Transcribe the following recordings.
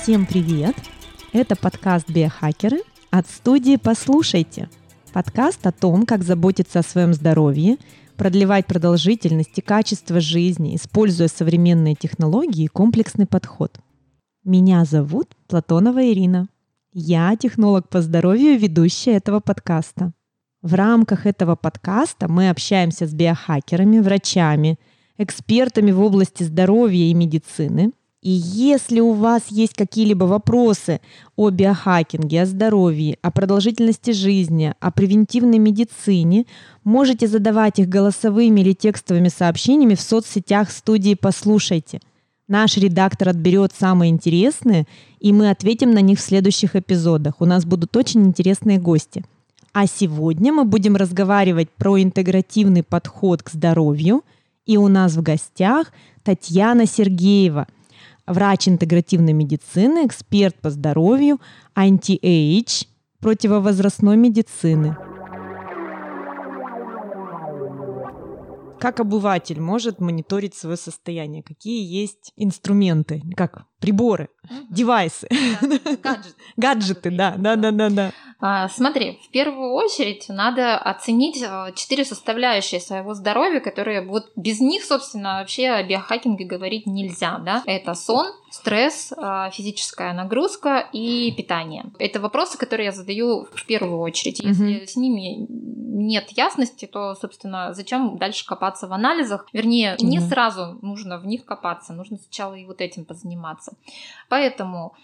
Всем привет! Это подкаст «Биохакеры» от студии «Послушайте». Подкаст о том, как заботиться о своем здоровье, продлевать продолжительность и качество жизни, используя современные технологии и комплексный подход. Меня зовут Платонова Ирина. Я технолог по здоровью и ведущая этого подкаста. В рамках этого подкаста мы общаемся с биохакерами, врачами, экспертами в области здоровья и медицины. И если у вас есть какие-либо вопросы о биохакинге, о здоровье, о продолжительности жизни, о превентивной медицине, можете задавать их голосовыми или текстовыми сообщениями в соцсетях студии «Послушайте». Наш редактор отберет самые интересные, и мы ответим на них в следующих эпизодах. У нас будут очень интересные гости. А сегодня мы будем разговаривать про интегративный подход к здоровью. И у нас в гостях Татьяна Сергеева, врач интегративной медицины, эксперт по здоровью, анти-эйдж, противовозрастной медицины. Как обыватель может мониторить свое состояние? Какие есть инструменты, как приборы, девайсы, гаджеты, да. Смотри, в первую очередь надо оценить 4 составляющие своего здоровья, которые вот без них, собственно, вообще о биохакинге говорить нельзя, да? Это сон, стресс, физическая нагрузка и питание. Это вопросы, которые я задаю в первую очередь. Если с ними нет ясности, то, собственно, зачем дальше копаться в анализах? Вернее, не сразу нужно в них копаться, нужно сначала и вот этим позаниматься. Поэтому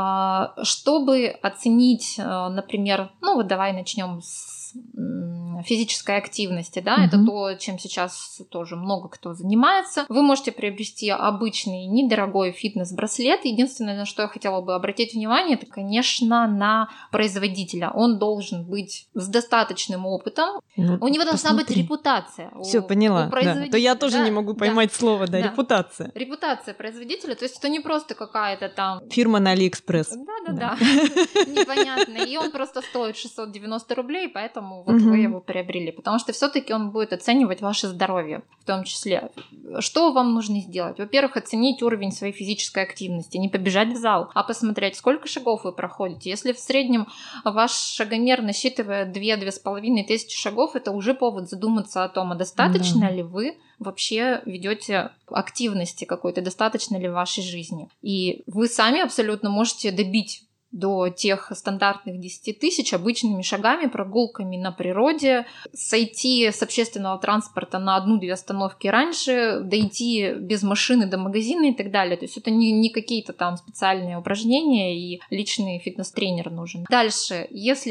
чтобы оценить, например, давай начнем с физической активности, да, это то, чем сейчас тоже много кто занимается. Вы можете приобрести обычный недорогой фитнес-браслет. Единственное, на что я хотела бы обратить внимание, это, конечно, на производителя. Он должен быть с достаточным опытом. У него должна быть репутация. Все, поняла. Да. То я тоже не могу поймать слово, репутация. Репутация производителя, то есть это не просто какая-то там... Фирма на Алиэкспресс. Да. Непонятно. И он просто стоит 690 рублей, поэтому вот вы его приобрели, потому что все-таки он будет оценивать ваше здоровье в том числе. Что вам нужно сделать? Во-первых, оценить уровень своей физической активности, не побежать в зал, а посмотреть, сколько шагов вы проходите. Если в среднем ваш шагомер насчитывает 2-2,5 тысячи шагов, это уже повод задуматься о том, а достаточно ли вы вообще ведете активности какой-то, достаточно ли в вашей жизни. И вы сами абсолютно можете добить до тех стандартных 10 тысяч обычными шагами, прогулками на природе, сойти с общественного транспорта на 1-2 остановки раньше, дойти без машины до магазина и так далее. То есть это не какие-то там специальные упражнения, и личный фитнес-тренер нужен. Дальше, если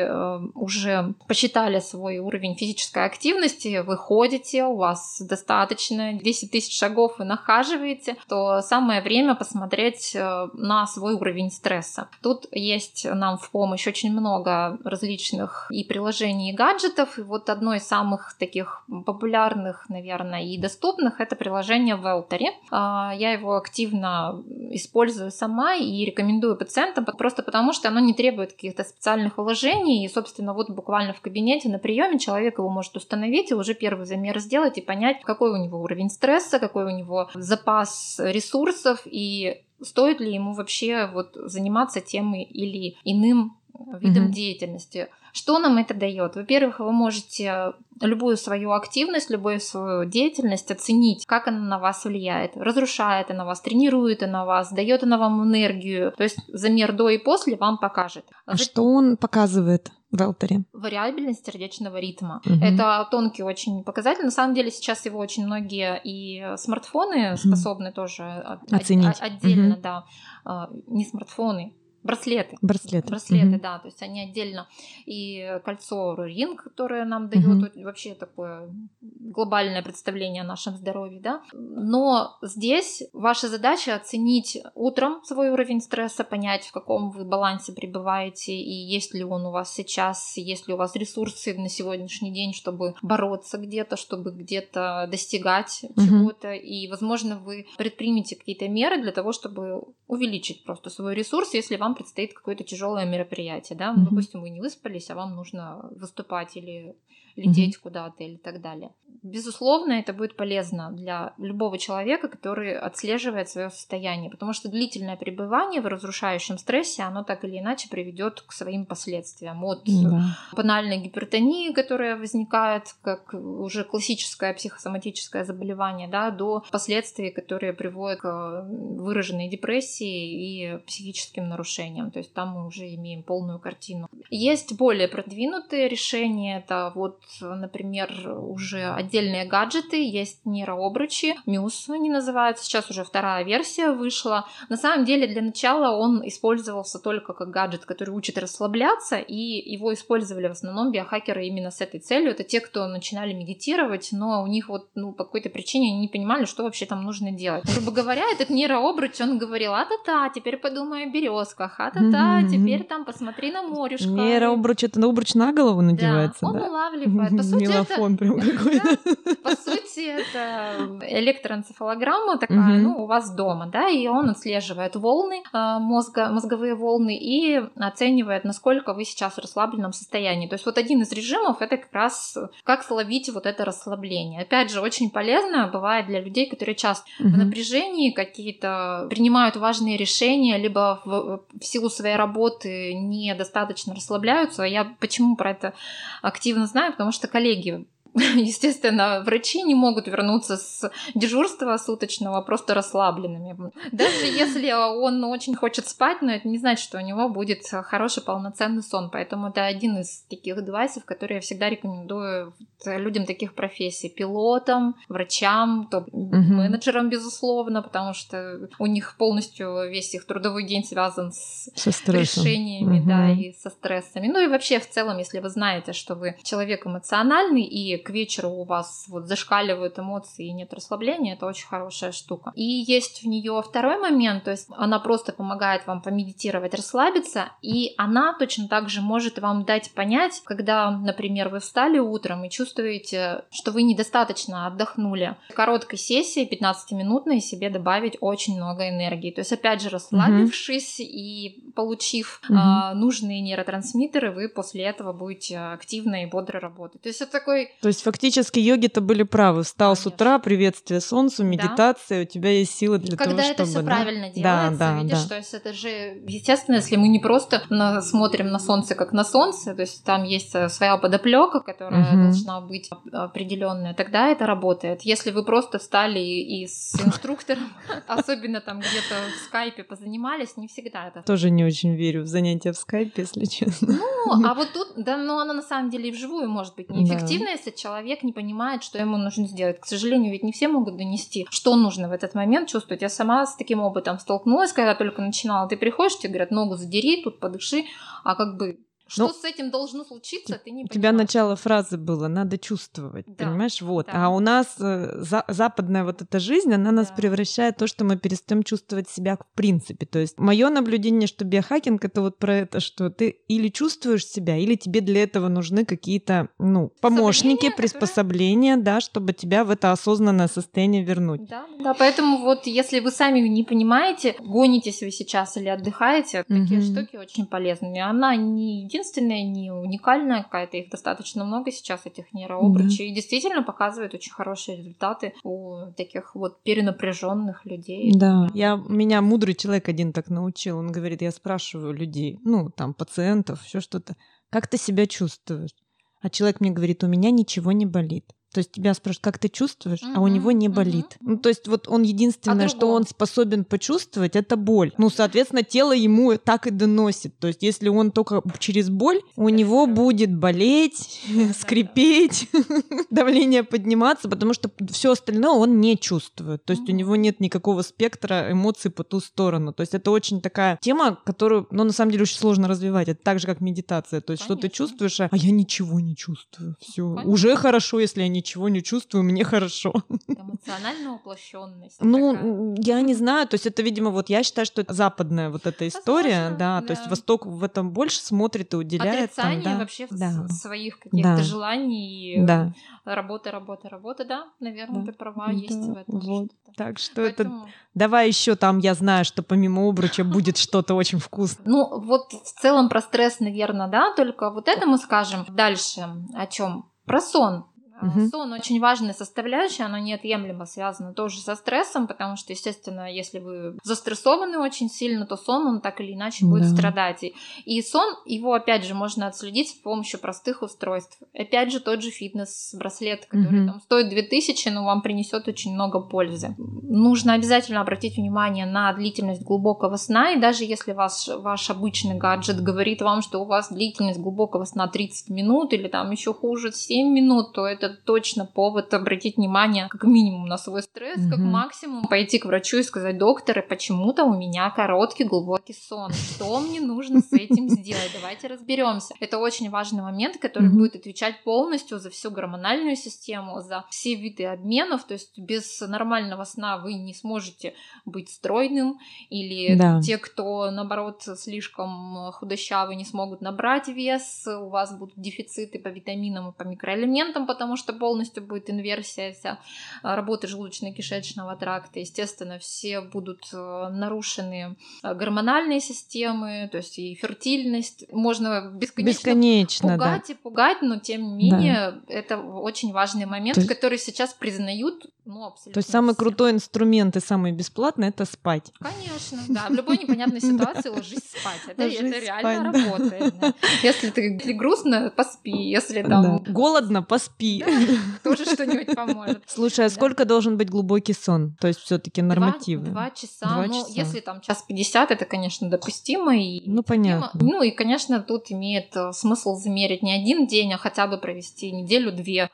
вы уже посчитали свой уровень физической активности, вы ходите, у вас достаточно 10 тысяч шагов, вы нахаживаете, то самое время посмотреть на свой уровень стресса. Тут есть нам в помощь очень много различных и приложений, и гаджетов. И вот одно из самых таких популярных, наверное, и доступных — это приложение Welltory. Я его активно использую сама и рекомендую пациентам, просто потому что оно не требует каких-то специальных вложений. И, собственно, вот буквально в кабинете на приеме человек его может установить и уже первый замер сделать и понять, какой у него уровень стресса, какой у него запас ресурсов и стоит ли ему вообще заниматься тем или иным видом деятельности. Что нам это дает? Во-первых, вы можете любую свою активность, любую свою деятельность оценить, как она на вас влияет. Разрушает она вас, тренирует она вас, дает она вам энергию. То есть замер до и после вам покажет. Что он показывает в Welltory? Вариабельность сердечного ритма. Это тонкий очень показатель. На самом деле сейчас его очень многие и смартфоны способны тоже оценить. Отдельно, да. Не смартфоны. Браслеты, да, то есть они отдельно. И кольцо Ring, которое нам дает вообще такое глобальное представление о нашем здоровье, да. Но здесь ваша задача оценить утром свой уровень стресса, понять, в каком вы балансе пребываете, и есть ли он у вас сейчас, есть ли у вас ресурсы на сегодняшний день, чтобы бороться где-то, чтобы где-то достигать чего-то. И, возможно, вы предпримете какие-то меры для того, чтобы увеличить просто свой ресурс, если вам предстоит какое-то тяжелое мероприятие, да, допустим, вы не выспались, а вам нужно выступать или лететь куда-то или так далее. безусловно, это будет полезно для любого человека, который отслеживает свое состояние, потому что длительное пребывание в разрушающем стрессе, оно так или иначе приведет к своим последствиям. От банальной гипертонии, которая возникает как уже классическое психосоматическое заболевание, да, до последствий, которые приводят к выраженной депрессии и психическим нарушениям. То есть там мы уже имеем полную картину. Есть более продвинутые решения. Это вот, например, уже отдельные гаджеты, есть нейрообручи, Muse они называются. Сейчас уже вторая версия вышла. На самом деле для начала он использовался только как гаджет, который учит расслабляться, и его использовали в основном биохакеры именно с этой целью. Это те, кто начинали медитировать, но у них вот по какой-то причине они не понимали, что вообще там нужно делать. Грубо говоря, этот нейрообруч, он говорил: а-та-та, теперь подумай о березках, а-та-та, теперь там посмотри на морюшко. Нейрообруч — это обруч на голову надевается, да? Он улавливает. По сути, мелофон прям какой-то. По сути, это электроэнцефалограмма такая, у вас дома, да, и он отслеживает волны мозга, мозговые волны, и оценивает, насколько вы сейчас в расслабленном состоянии. То есть вот один из режимов — это как раз как словить вот это расслабление. Опять же, очень полезно бывает для людей, которые часто в напряжении какие-то принимают важные решения, либо в силу своей работы недостаточно расслабляются. Я почему про это активно знаю? Потому что коллеги, естественно, врачи не могут вернуться с дежурства суточного просто расслабленными. Даже если он очень хочет спать, но это не значит, что у него будет хороший полноценный сон. Поэтому это один из таких девайсов, которые я всегда рекомендую людям таких профессий. Пилотам, врачам, топ-менеджерам, безусловно, потому что у них полностью весь их трудовой день связан с решениями, да, и со стрессами. Ну и вообще в целом, если вы знаете, что вы человек эмоциональный, и к вечеру у вас вот зашкаливают эмоции и нет расслабления, это очень хорошая штука. И есть в нее второй момент, то есть она просто помогает вам помедитировать, расслабиться, и она точно так же может вам дать понять, когда, например, вы встали утром и чувствуете, что вы недостаточно отдохнули. В короткой сессии, 15-минутной, себе добавить очень много энергии. То есть, опять же, расслабившись и получив нужные нейротрансмиттеры, вы после этого будете активно и бодро работать. То есть это такой... То есть фактически йоги-то были правы. Встал с утра, приветствие солнцу, медитация, у тебя есть силы для того, чтобы... Когда это все правильно делается, видишь, то есть это же, естественно, если мы не просто смотрим на солнце как на солнце, то есть там есть своя подоплека, которая должна быть определенная, тогда это работает. Если вы просто встали и с инструктором, особенно там где-то в скайпе позанимались, не всегда это... Тоже не очень верю в занятия в скайпе, если честно. Ну, а вот тут, да, но она на самом деле и вживую может быть неэффективна, если человек не понимает, что ему нужно сделать. К сожалению, ведь не все могут донести, что нужно в этот момент чувствовать. Я сама с таким опытом столкнулась, когда только начинала. Ты приходишь, тебе говорят: ногу задери, тут подыши, а как бы... Что с этим должно случиться, ты не понимаешь. У тебя начало фразы было: надо чувствовать, понимаешь? Вот. Да. А у нас западная вот эта жизнь, она нас превращает в то, что мы перестаем чувствовать себя в принципе. То есть мое наблюдение, что биохакинг — это вот про это, что ты или чувствуешь себя, или тебе для этого нужны какие-то, помощники, приспособления, да, чтобы тебя в это осознанное состояние вернуть. Да, поэтому вот если вы сами не понимаете, гонитесь вы сейчас или отдыхаете, такие штуки очень полезны. Она не единственная, не уникальная какая-то, их достаточно много сейчас, этих нейрообручей, и действительно показывают очень хорошие результаты у таких вот перенапряженных людей. Да, меня мудрый человек один так научил, он говорит: я спрашиваю людей, там пациентов, еще что-то: как ты себя чувствуешь? А человек мне говорит: у меня ничего не болит. То есть тебя спрашивают, как ты чувствуешь, а у него не болит. То есть вот он единственное, что он способен почувствовать, это боль. Соответственно, тело ему так и доносит. То есть если он только через боль, у него будет болеть, скрипеть, давление подниматься, потому что все остальное он не чувствует. То есть у него нет никакого спектра эмоций по ту сторону. То есть это очень такая тема, которую, на самом деле, очень сложно развивать. Это так же, как медитация. То есть что ты чувствуешь, а я ничего не чувствую. Все уже хорошо, если я ничего не чувствую, мне хорошо. Эмоциональная воплощенность. Я не знаю, то есть это, видимо, вот я считаю, что это западная вот эта история, да, то есть Восток в этом больше смотрит и уделяет. Отрицание вообще своих каких-то желаний, работа, да, наверное, ты права, есть в этом что-то. Так что это... Давай еще там, я знаю, что помимо обруча будет что-то очень вкусное. Вот в целом про стресс, наверное, да, только вот это мы скажем дальше. О чем? Про сон. Сон очень важная составляющая, она неотъемлемо связана тоже со стрессом, потому что, естественно, если вы застрессованы очень сильно, то сон, он так или иначе будет страдать. И сон, его, опять же, можно отследить с помощью простых устройств. Опять же, тот же фитнес-браслет, который там стоит 2000, но вам принесет очень много пользы. Нужно обязательно обратить внимание на длительность глубокого сна, и даже если ваш обычный гаджет говорит вам, что у вас длительность глубокого сна 30 минут или там еще хуже 7 минут, то это точно повод обратить внимание как минимум на свой стресс, как максимум пойти к врачу и сказать: доктор, почему-то у меня короткий глубокий сон, что мне нужно с этим сделать, давайте разберемся. Это очень важный момент, который будет отвечать полностью за всю гормональную систему, за все виды обменов, то есть без нормального сна вы не сможете быть стройным, или те, кто, наоборот, слишком худощавы, не смогут набрать вес, у вас будут дефициты по витаминам и по микроэлементам, потому что полностью будет инверсия вся работы желудочно-кишечного тракта. Естественно, все будут нарушены гормональные системы, то есть и фертильность. Можно бесконечно пугать и пугать, но тем не менее это очень важный момент, который сейчас признают абсолютно. То есть самый крутой инструмент и самый бесплатный — это спать. Конечно, да. В любой непонятной ситуации ложись спать. Это реально работает. Да. Если ты грустно, поспи. Если там голодно, поспи. Тоже что-нибудь поможет. Слушай, а сколько должен быть глубокий сон? То есть все-таки нормативы? 2 часа. Если там 1:50, это, конечно, допустимо. Понятно. И, конечно, тут имеет смысл замерить не один день, а хотя бы провести неделю-две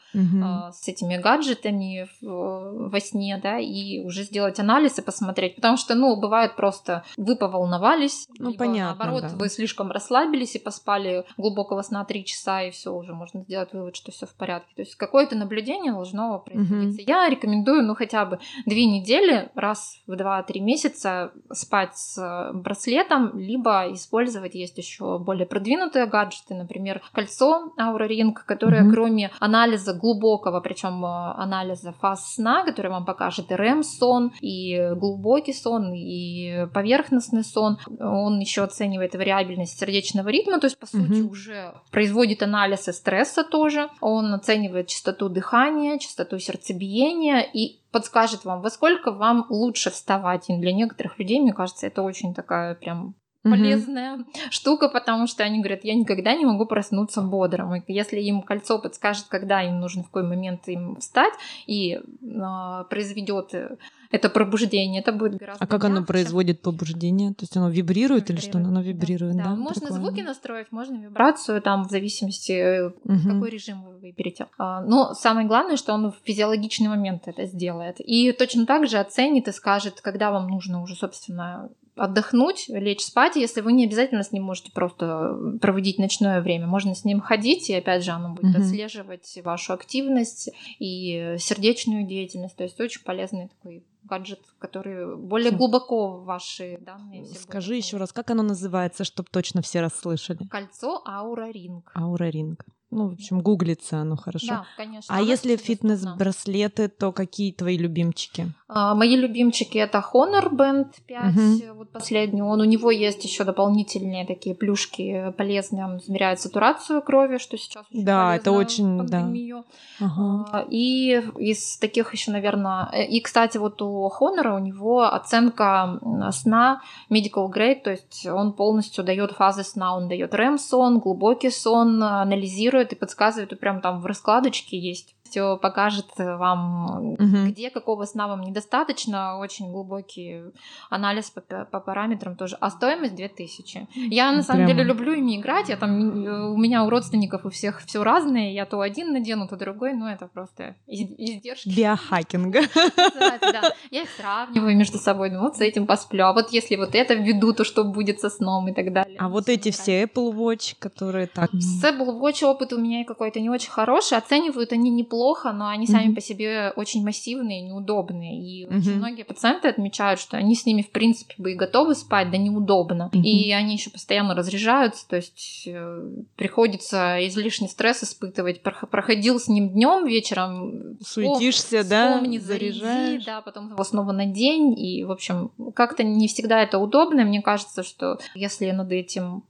с этими гаджетами во сне, да, и уже сделать анализ и посмотреть. Потому что, бывает просто вы поволновались, либо понятно, наоборот, вы слишком расслабились и поспали глубокого сна 3 часа, и все уже можно сделать вывод, что все в порядке. То есть какое-то наблюдение должно производиться. Я рекомендую, хотя бы 2 недели, раз в 2-3 месяца спать с браслетом, либо использовать, есть еще более продвинутые гаджеты, например, кольцо Oura Ring, которое кроме анализа глубокого, причем анализа фаз сна, который вам покажет и REM-сон, и глубокий сон, и поверхностный сон, он еще оценивает вариабельность сердечного ритма, то есть, по сути, уже производит анализ и стресса тоже, он оценивает частоту дыхания, частоту сердцебиения и подскажет вам, во сколько вам лучше вставать. И для некоторых людей, мне кажется, это очень такая прям полезная штука, потому что они говорят: я никогда не могу проснуться бодрым. И если им кольцо подскажет, когда им нужно, в какой момент им встать, и произведет это пробуждение, это будет гораздо А как мягче. оно производит пробуждение? То есть оно вибрирует или что? Оно вибрирует, да? Можно звуки настроить, можно вибрацию, там в зависимости, какой режим вы выберете. Но самое главное, что он в физиологичный момент это сделает. И точно так же оценит и скажет, когда вам нужно уже, собственно, отдохнуть, лечь спать, если вы не обязательно с ним можете просто проводить ночное время. Можно с ним ходить, и опять же оно будет отслеживать вашу активность и сердечную деятельность. То есть очень полезный такой гаджет, который более глубоко в ваши данные. Скажи еще раз, как оно называется, чтобы точно все расслышали? Кольцо Oura Ring. Oura Ring. В общем, гуглится оно хорошо. Да, конечно. А если фитнес-браслеты, то какие твои любимчики? Мои любимчики — это Honor Band 5, вот последний. У него есть еще дополнительные такие плюшки полезные. Он измеряет сатурацию крови, что сейчас очень полезно это очень, в пандемию. И из таких еще, наверное... И, кстати, вот у Honor у него оценка сна medical grade, то есть он полностью дает фазы сна. Он дает REM-сон, глубокий сон, анализирует и подсказывает, и прям там в раскладочке есть. Все покажет вам, где какого сна вам недостаточно. Очень глубокий анализ по параметрам тоже. А стоимость 2000. Я на самом деле люблю ими играть. У меня у родственников у всех все разное. Я то один надену, то другой. Но это просто издержки. Биохакинга. Да. Я их сравниваю между собой. Вот с этим посплю. А вот если вот это введу, то что будет со сном и так далее. А вот эти все Apple Watch, которые так... С Apple Watch опыт у меня какой-то не очень хороший. Оценивают они неплохо, но они сами по себе очень массивные, неудобные. И очень многие пациенты отмечают, что они с ними, в принципе, бы и готовы спать, да неудобно. И они еще постоянно разряжаются, то есть приходится излишний стресс испытывать. Проходил с ним днем, вечером суетишься, да, заряжаешь, да, потом его снова надень. И, в общем, как-то не всегда это удобно. Мне кажется, что если над этим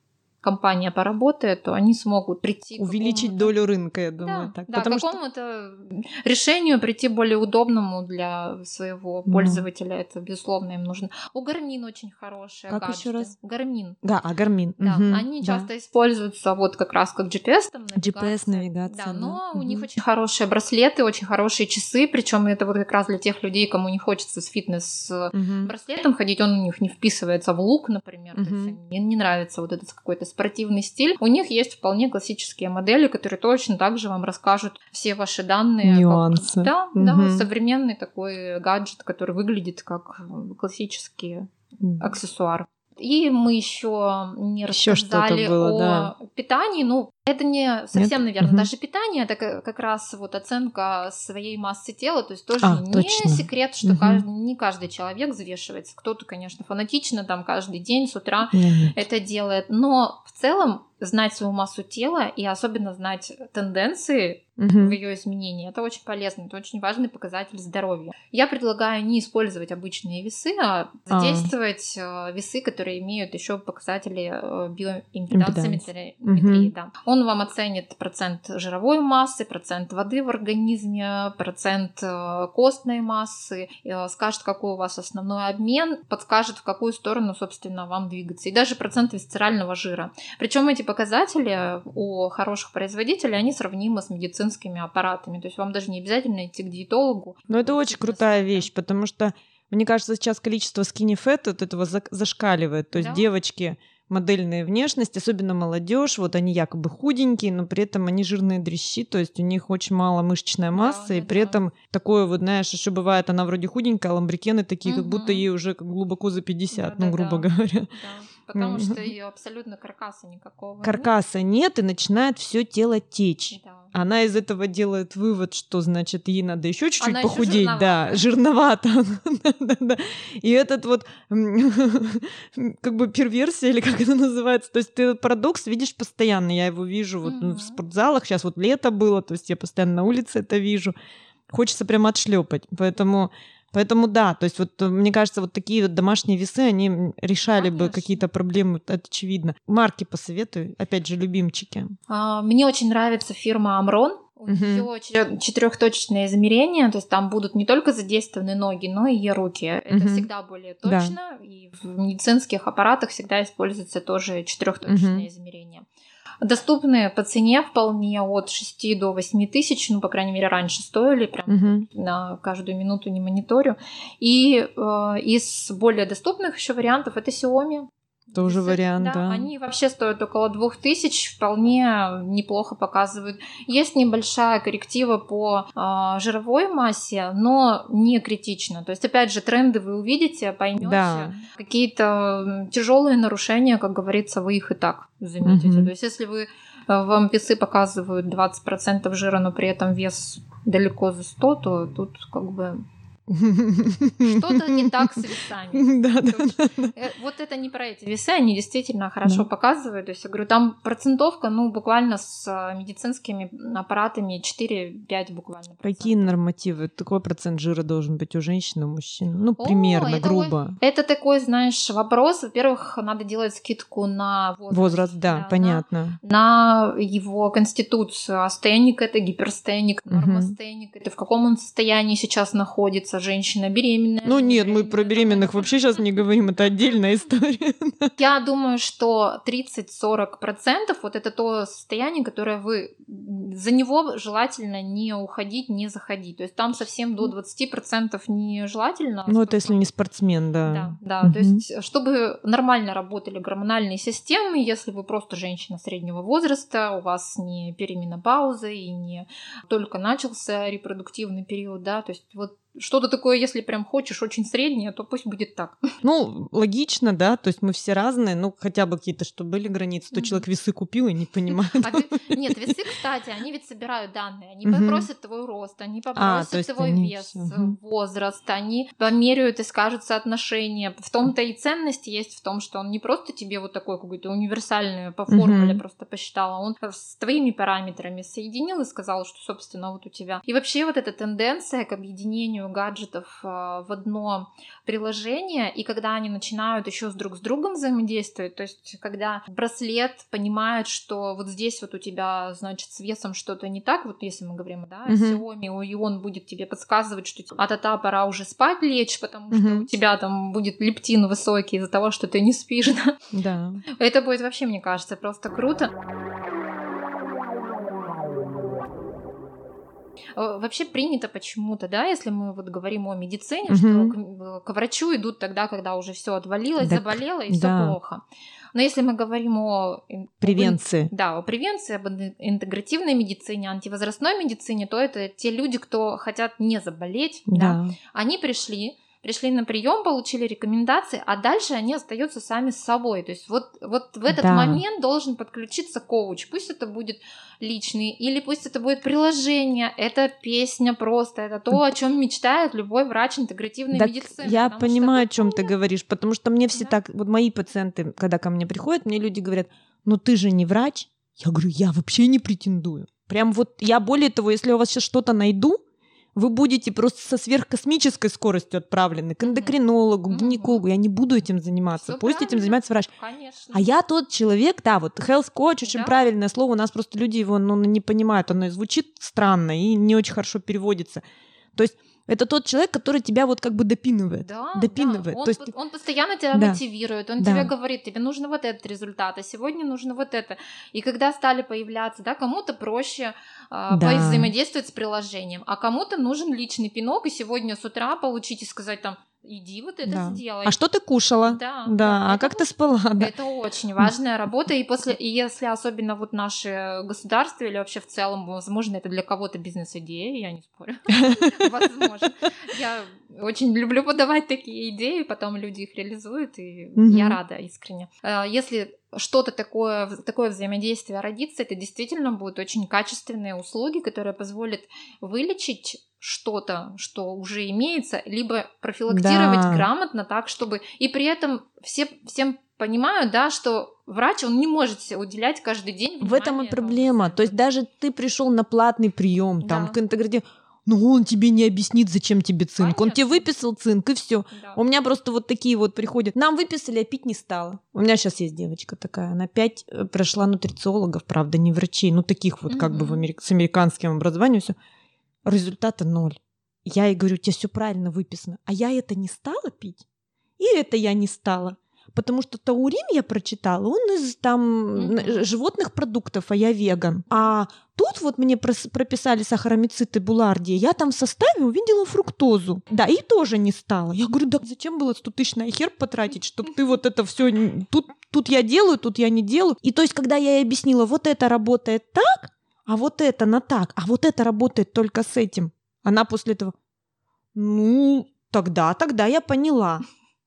компания поработает, то они смогут прийти увеличить долю рынка, я думаю, так. Да, к какому-то решению прийти более удобному для своего пользователя. Это, безусловно, им нужно. У Garmin очень хорошие как гаджеты. Еще раз? Garmin. Garmin. Да, они часто используются вот как раз как GPS, там, GPS-навигация. Да, но у них очень хорошие браслеты, очень хорошие часы, причем это вот как раз для тех людей, кому не хочется с фитнес-браслетом ходить, он у них не вписывается в лук, например, то есть им не нравится вот этот какой-то спортивный стиль. У них есть вполне классические модели, которые точно так же вам расскажут все ваши данные. Нюансы. Да, современный такой гаджет, который выглядит как классический аксессуар. И мы еще не рассказали о питании. Ну, это не совсем, наверное, даже питание, это как раз вот оценка своей массы тела, то есть тоже не секрет, что не каждый человек взвешивается. Кто-то, конечно, фанатично там каждый день с утра это делает, но в целом знать свою массу тела и особенно знать тенденции в ее изменении, это очень полезно, это очень важный показатель здоровья. Я предлагаю не использовать обычные весы, а задействовать весы, которые имеют еще показатели биоимпедансометрии. Да. Он вам оценит процент жировой массы, процент воды в организме, процент костной массы, скажет, какой у вас основной обмен, подскажет, в какую сторону, собственно, вам двигаться. И даже процент висцерального жира. Причем эти показатели у хороших производителей, они сравнимы с медицинскими аппаратами. То есть вам даже не обязательно идти к диетологу. Но это очень крутая вещь, потому что, мне кажется, сейчас количество skinny fat от этого зашкаливает. То есть девочки модельная внешность, особенно молодежь, вот они якобы худенькие, но при этом они жирные дрищи, то есть у них очень мало мышечной массы, и при этом такое вот, знаешь, еще бывает, она вроде худенькая, а ламбрикены такие, как будто ей уже глубоко за 50, грубо говоря. Потому что ее абсолютно каркаса никакого каркаса нет, и начинает все тело течь. Она из этого делает вывод, что, значит, ей надо еще чуть-чуть похудеть. Жирновато. И этот вот как бы перверсия, или как это называется. То есть ты этот парадокс видишь постоянно. Я его вижу вот в спортзалах. Сейчас вот лето было, то есть я постоянно на улице это вижу. Хочется прямо отшлепать. Поэтому да, то есть вот мне кажется, вот такие вот домашние весы, они решали бы какие-то проблемы, это очевидно. Марки посоветую, опять же, любимчики. Мне очень нравится фирма Амрон. У нее 4-точечное измерение, то есть там будут не только задействованы ноги, но и руки. Это всегда более точно, и в медицинских аппаратах всегда используется тоже 4-точечное измерение. Доступны по цене вполне от 6 до 8 тысяч, ну, по крайней мере, раньше стоили, прям на каждую минуту не мониторю. И из более доступных еще вариантов это Xiaomi. Тоже вариант, да. Они вообще стоят около 2000, вполне неплохо показывают. Есть небольшая корректива по жировой массе, но не критично. То есть, опять же, тренды вы увидите, поймете. Какие-то тяжелые нарушения, как говорится, вы их и так заметите. То есть, если вам весы показывают 20% жира, но при этом вес далеко за 100, то тут как бы что-то не так с весами. Вот это не про эти весы, они действительно хорошо показывают. То есть, я говорю, там процентовка, ну, буквально с медицинскими аппаратами 4-5 буквально. Какие нормативы? Какой процент жира должен быть у женщины, у мужчин? Ну, примерно, грубо. Это такой, знаешь, вопрос. Во-первых, надо делать скидку на возраст. Возраст, да, понятно. На его конституцию. Астеник — это гиперстеник, нормастеник — это в каком он состоянии сейчас находится. Женщина беременная. Ну нет, мы про беременных вообще сейчас не говорим, это отдельная история. Я думаю, что 30-40% вот это то состояние, которое за него желательно не уходить, не заходить. То есть там совсем до 20% нежелательно. Ну это если не спортсмен, да. Да. То есть чтобы нормально работали гормональные системы, если вы просто женщина среднего возраста, у вас не переменопауза и не только начался репродуктивный период, да, то есть вот что-то такое, если прям хочешь, очень среднее, то пусть будет так. Ну, логично, да, то есть мы все разные, ну, хотя бы какие-то, что были границы, то человек весы купил и не понимает. Нет, весы, кстати, они ведь собирают данные, они попросят твой рост, они попросят твой вес, возраст, они померяют и скажут соотношение. В том-то и ценность есть в том, что он не просто тебе вот такой какой-то универсальный по формуле просто посчитал, а он с твоими параметрами соединил и сказал, что, собственно, вот у тебя. И вообще вот эта тенденция к объединению гаджетов гаджетов в одно приложение, и когда они начинают еще друг с другом взаимодействовать, то есть когда браслет понимает, что вот здесь вот у тебя, значит, с весом что-то не так, вот если мы говорим, да, о Xiaomi, и он будет тебе подсказывать, что а-та-та, пора уже спать лечь, потому что у тебя там будет лептин высокий из-за того, что ты не спишь. Да. Это будет вообще, мне кажется, просто круто. Вообще принято почему-то, да, если мы вот говорим о медицине, что к врачу идут тогда, когда уже все отвалилось, заболело и все плохо. Но если мы говорим о превенции, о превенции, об интегративной медицине, антивозрастной медицине, то это те люди, кто хотят не заболеть, да. Они пришли на прием, получили рекомендации, а дальше они остаются сами с собой. То есть вот в этот момент должен подключиться коуч. Пусть это будет личный, или пусть это будет приложение, это песня просто, это то, о чем мечтает любой врач интегративной медицины. Я понимаю, о чем ты говоришь, потому что мне все так, вот мои пациенты, когда ко мне приходят, мне люди говорят, ну ты же не врач. Я говорю, я вообще не претендую. Прям вот я более того, если я у вас сейчас что-то найду, вы будете просто со сверхкосмической скоростью отправлены к эндокринологу, к гинекологу. Я не буду этим заниматься. Всё Пусть правильно. Этим занимается врач. Конечно. А я тот человек, да, вот health coach, очень правильное слово. У нас просто люди его не понимают. Оно звучит странно и не очень хорошо переводится. То есть это тот человек, который тебя вот как бы допинывает. Допинывает. Да. То есть он постоянно тебя мотивирует, он тебе говорит, тебе нужно вот этот результат, а сегодня нужно вот это. И когда стали появляться, да, кому-то проще взаимодействовать с приложением, а кому-то нужен личный пинок, и сегодня с утра получить и сказать там, иди вот это сделай. А что ты кушала? А как ты спала? Это очень важная работа, и если особенно вот наше государство или вообще в целом, возможно, это для кого-то бизнес-идея, я не спорю, возможно. Я очень люблю подавать такие идеи, потом люди их реализуют, и я рада искренне. Если что-то такое взаимодействие родится, это действительно будут очень качественные услуги, которые позволят вылечить что-то, что уже имеется, либо профилактировать грамотно так, чтобы... И при этом всем понимают, да, что врач, он не может уделять каждый день внимание. В этом и проблема. То есть даже ты пришел на платный прием, там, к интегративному, но он тебе не объяснит, зачем тебе цинк. Конечно. Он тебе выписал цинк, и все. Да. У меня просто вот такие вот приходят. Нам выписали, а пить не стала. У меня сейчас есть девочка такая. Она 5 прошла нутрициологов, правда, не врачей, ну таких вот как бы с американским образованием все. Результата 0. Я ей говорю, у тебя все правильно выписано. А я это не стала пить. И это я не стала. Потому что таурин я прочитала, он из там животных продуктов, а я веган. А тут вот мне прописали сахаромицид и булардия, я там в составе увидела фруктозу. Да, и тоже не стала. Я говорю, да зачем было 100 тысяч на хер потратить, чтобы ты вот это все тут я делаю, тут я не делаю. И то есть, когда я ей объяснила, вот это работает так, а вот это на так, а вот это работает только с этим. Она после этого, ну, тогда я поняла.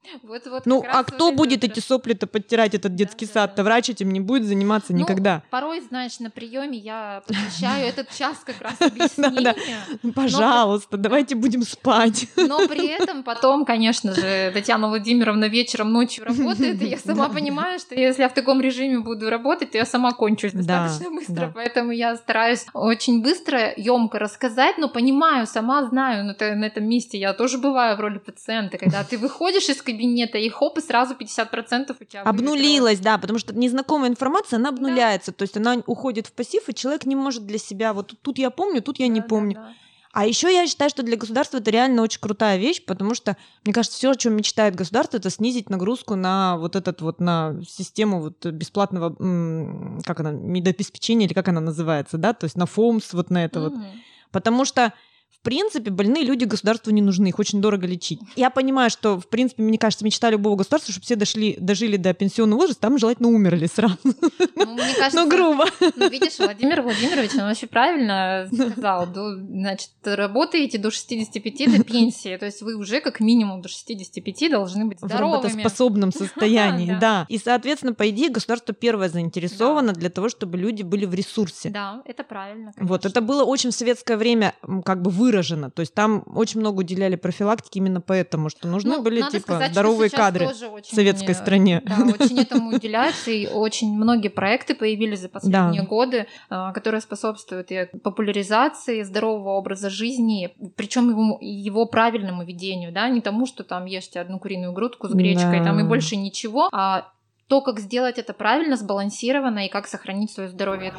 Ну, а кто будет эти сопли-то подтирать, этот детский сад-то? Врач этим не будет заниматься никогда. Порой, знаешь, на приеме я посвящаю этот час как раз объяснения. Пожалуйста, давайте будем спать. Но при этом потом, конечно же, Татьяна Владимировна вечером, ночью работает, и я сама понимаю, что если я в таком режиме буду работать, то я сама кончусь достаточно быстро, поэтому я стараюсь очень быстро, ёмко рассказать, но понимаю, сама знаю, на этом месте я тоже бываю в роли пациента, когда ты выходишь из кабинета, и хоп, и сразу 50% у тебя обнулилась, да, потому что незнакомая информация, она обнуляется, то есть она уходит в пассив, и человек не может для себя, вот тут я помню, тут я не помню. Да. А еще я считаю, что для государства это реально очень крутая вещь, потому что, мне кажется, все, о чем мечтает государство, это снизить нагрузку на вот этот вот, на систему вот бесплатного, как она, медобеспечения, или как она называется, да, то есть на ФОМС, вот на это вот. Потому что в принципе, больные люди государству не нужны, их очень дорого лечить. Я понимаю, что, в принципе, мне кажется, мечта любого государства, чтобы все дожили до пенсионного возраста, там желательно умерли сразу. Мне кажется, грубо. Ну, видишь, Владимир Владимирович, он очень правильно сказал, значит, работаете до 65 до пенсии, то есть вы уже как минимум до 65 должны быть здоровыми. В работоспособном состоянии, да. И, соответственно, по идее, государство первое заинтересовано для того, чтобы люди были в ресурсе. Да, это правильно. Вот, это было очень в советское время как бы выражено. То есть там очень много уделяли профилактике именно поэтому, что нужны были здоровые кадры в советской стране. Да, очень этому уделяются, и очень многие проекты появились за последние годы, которые способствуют и популяризации здорового образа жизни, причем его правильному ведению, да, не тому, что там ешьте одну куриную грудку с гречкой, там и больше ничего, а то, как сделать это правильно, сбалансированно и как сохранить свое здоровье.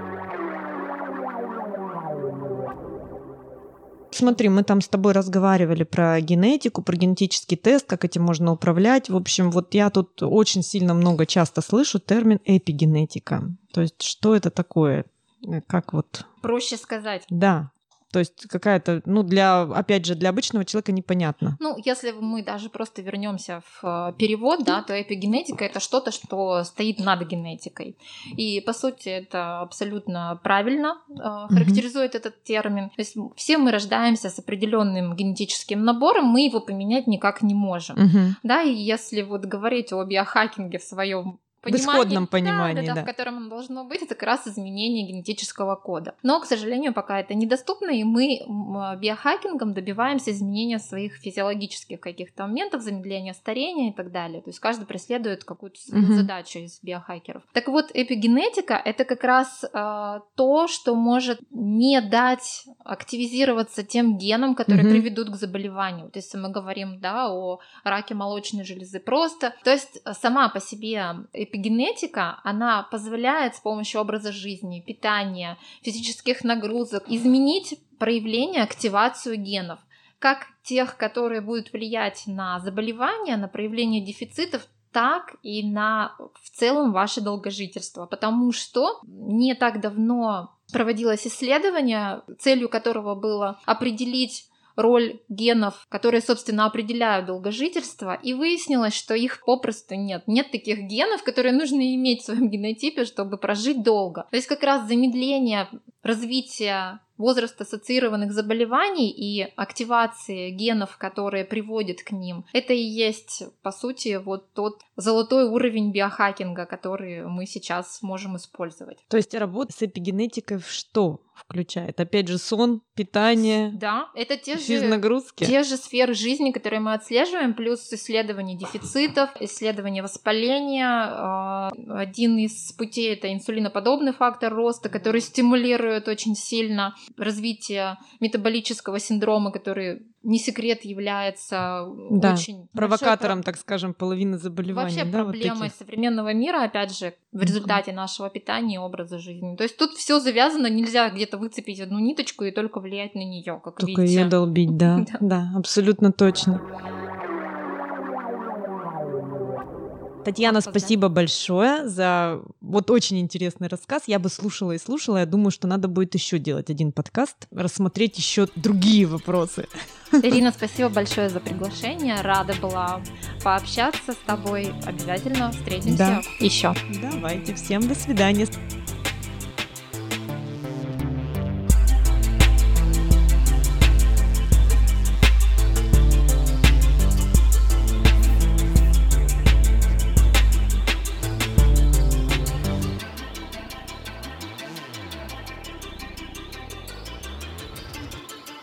Смотри, мы там с тобой разговаривали про генетику, про генетический тест, как этим можно управлять. В общем, вот я тут очень сильно часто слышу термин эпигенетика. То есть что это такое? Как вот... Проще сказать. Да. То есть какая-то, опять же, для обычного человека непонятно. Если мы даже просто вернемся в перевод, да, то эпигенетика — это что-то, что стоит над генетикой. И, по сути, это абсолютно правильно характеризует этот термин. То есть все мы рождаемся с определенным генетическим набором, мы его поменять никак не можем. Да, и если вот говорить о биохакинге в своем в исходном понимании, в котором оно должно быть, это как раз изменение генетического кода. Но, к сожалению, пока это недоступно, и мы биохакингом добиваемся изменения своих физиологических каких-то моментов, замедления старения и так далее. То есть каждый преследует какую-то свою задачу из биохакеров. Так вот, эпигенетика — это как раз то, что может не дать активизироваться тем генам, которые приведут к заболеванию. То есть мы говорим, о раке молочной железы просто. То есть сама по себе эпигенетика, она позволяет с помощью образа жизни, питания, физических нагрузок изменить проявление, активацию генов. Как тех, которые будут влиять на заболевания, на проявление дефицитов, так и на в целом ваше долгожительство. Потому что не так давно проводилось исследование, целью которого было определить роль генов, которые, собственно, определяют долгожительство, и выяснилось, что их попросту нет. Нет таких генов, которые нужно иметь в своем генотипе, чтобы прожить долго. То есть как раз замедление развития возраст-ассоциированных заболеваний и активации генов, которые приводят к ним, это и есть, по сути, вот тот золотой уровень биохакинга, который мы сейчас можем использовать. То есть работа с эпигенетикой в что включает? Опять же, сон, питание, да, это те же сферы жизни, которые мы отслеживаем, плюс исследование дефицитов, исследование воспаления. Один из путей — это инсулиноподобный фактор роста, который стимулирует очень сильно развитие метаболического синдрома, который, не секрет, является очень провокатором, так скажем, половины заболеваний. Вообще проблемой современного мира, опять же, в результате нашего питания и образа жизни. То есть тут все завязано, нельзя где-то выцепить одну ниточку и только влиять на нее, как только видите. Ее долбить, да, абсолютно точно. Татьяна, спасибо большое за очень интересный рассказ. Я бы слушала и слушала. Я думаю, что надо будет еще делать один подкаст, рассмотреть еще другие вопросы. Ирина, спасибо большое за приглашение. Рада была пообщаться с тобой. Обязательно встретимся еще. Давайте. Всем до свидания.